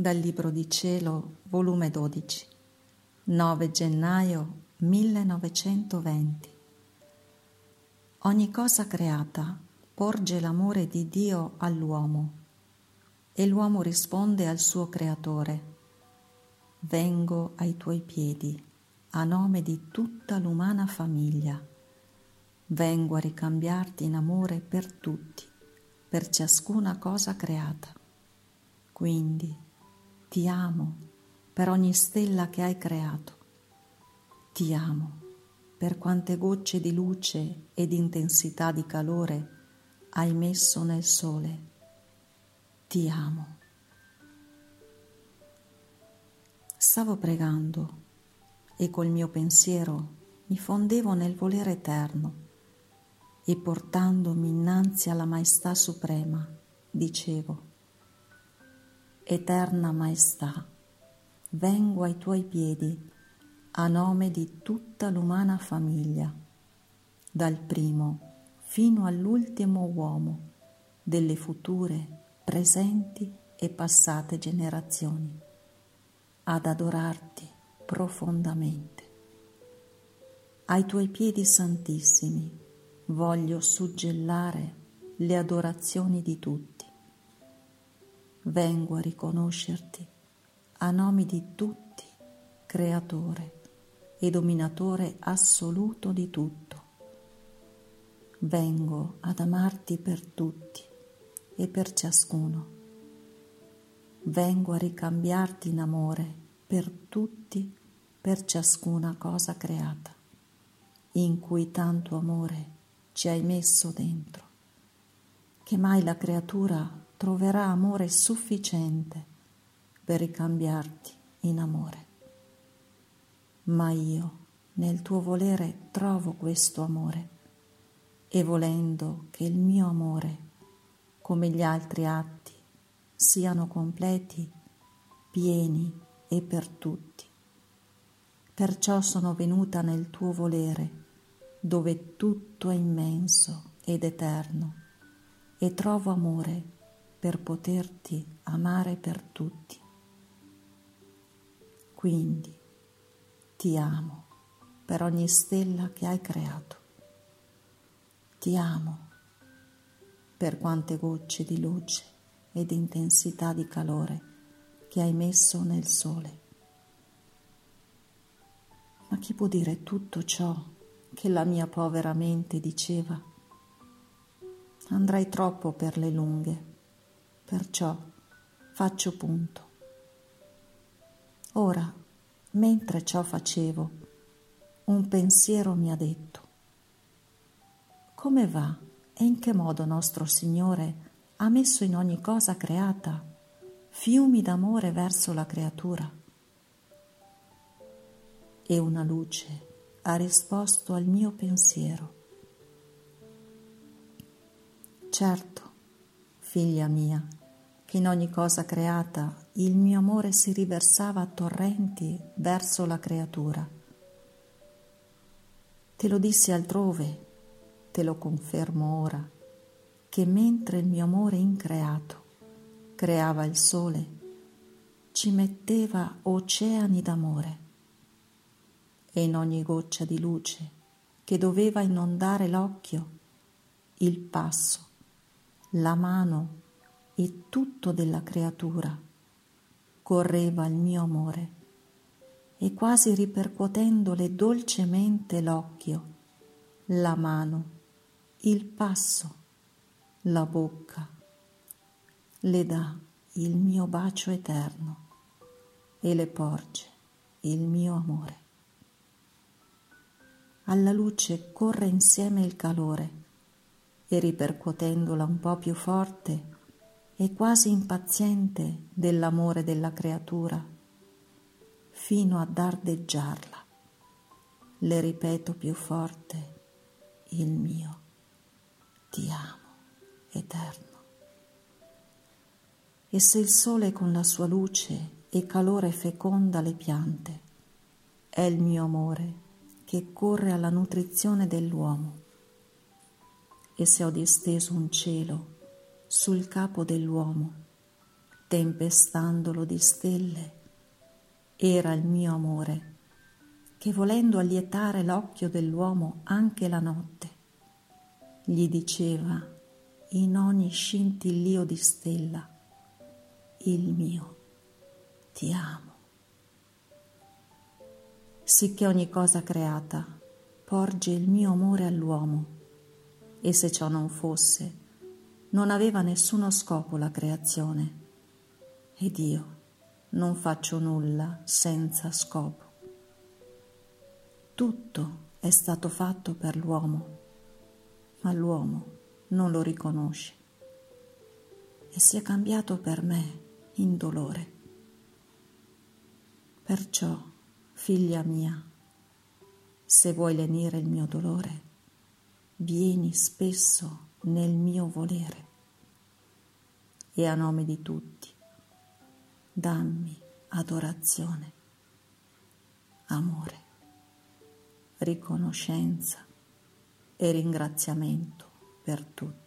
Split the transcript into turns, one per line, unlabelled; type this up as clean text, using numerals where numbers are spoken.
Dal Libro di Cielo, volume 12, 9 gennaio 1920. Ogni cosa creata porge l'amore di Dio all'uomo e l'uomo risponde al suo creatore: vengo ai tuoi piedi a nome di tutta l'umana famiglia. Vengo a ricambiarti in amore per tutti, per ciascuna cosa creata. Quindi ti amo per ogni stella che hai creato. Ti amo per quante gocce di luce ed intensità di calore hai messo nel sole. Ti amo. Stavo pregando e col mio pensiero mi fondevo nel volere eterno e portandomi innanzi alla Maestà Suprema dicevo: Eterna Maestà, vengo ai tuoi piedi a nome di tutta l'umana famiglia, dal primo fino all'ultimo uomo delle future, presenti e passate generazioni, ad adorarti profondamente. Ai tuoi piedi santissimi voglio suggellare le adorazioni di tutti. Vengo a riconoscerti a nome di tutti, creatore e dominatore assoluto di tutto. Vengo ad amarti per tutti e per ciascuno. Vengo a ricambiarti in amore per tutti, per ciascuna cosa creata, in cui tanto amore ci hai messo dentro, che mai la creatura troverà amore sufficiente per ricambiarti in amore. Ma io, nel tuo volere, trovo questo amore e volendo che il mio amore, come gli altri atti, siano completi, pieni e per tutti. Perciò sono venuta nel tuo volere, dove tutto è immenso ed eterno, e trovo amore per poterti amare per tutti. Quindi ti amo per ogni stella che hai creato. Ti amo per quante gocce di luce ed intensità di calore che hai messo nel sole. Ma chi può dire tutto ciò che la mia povera mente diceva? Andrai troppo per le lunghe, perciò faccio punto. Ora, mentre ciò facevo, un pensiero mi ha detto: come va e in che modo nostro Signore ha messo in ogni cosa creata fiumi d'amore verso la creatura? E una luce ha risposto al mio pensiero: certo, figlia mia, che in ogni cosa creata il mio amore si riversava a torrenti verso la creatura. Te lo dissi altrove, te lo confermo ora, che mentre il mio amore increato creava il sole, ci metteva oceani d'amore, e in ogni goccia di luce che doveva inondare l'occhio, il passo, la mano e tutto della creatura correva il mio amore, e quasi ripercuotendole dolcemente l'occhio, la mano, il passo, la bocca, le dà il mio bacio eterno e le porge il mio amore. Alla luce corre insieme il calore e ripercuotendola un po' più forte e quasi impaziente dell'amore della creatura, fino a dardeggiarla, le ripeto più forte il mio ti amo eterno. E se il sole con la sua luce e calore feconda le piante, è il mio amore che corre alla nutrizione dell'uomo. E se ho disteso un cielo sul capo dell'uomo, tempestandolo di stelle, era il mio amore, che volendo allietare l'occhio dell'uomo anche la notte, gli diceva in ogni scintillio di stella: il mio ti amo. Sicché ogni cosa creata porge il mio amore all'uomo, e se ciò non fosse, non aveva nessuno scopo la creazione, ed io non faccio nulla senza scopo. Tutto è stato fatto per l'uomo, ma l'uomo non lo riconosce e si è cambiato per me in dolore. Perciò, figlia mia, se vuoi lenire il mio dolore, vieni spesso nel mio volere e a nome di tutti dammi adorazione, amore, riconoscenza e ringraziamento per tutto.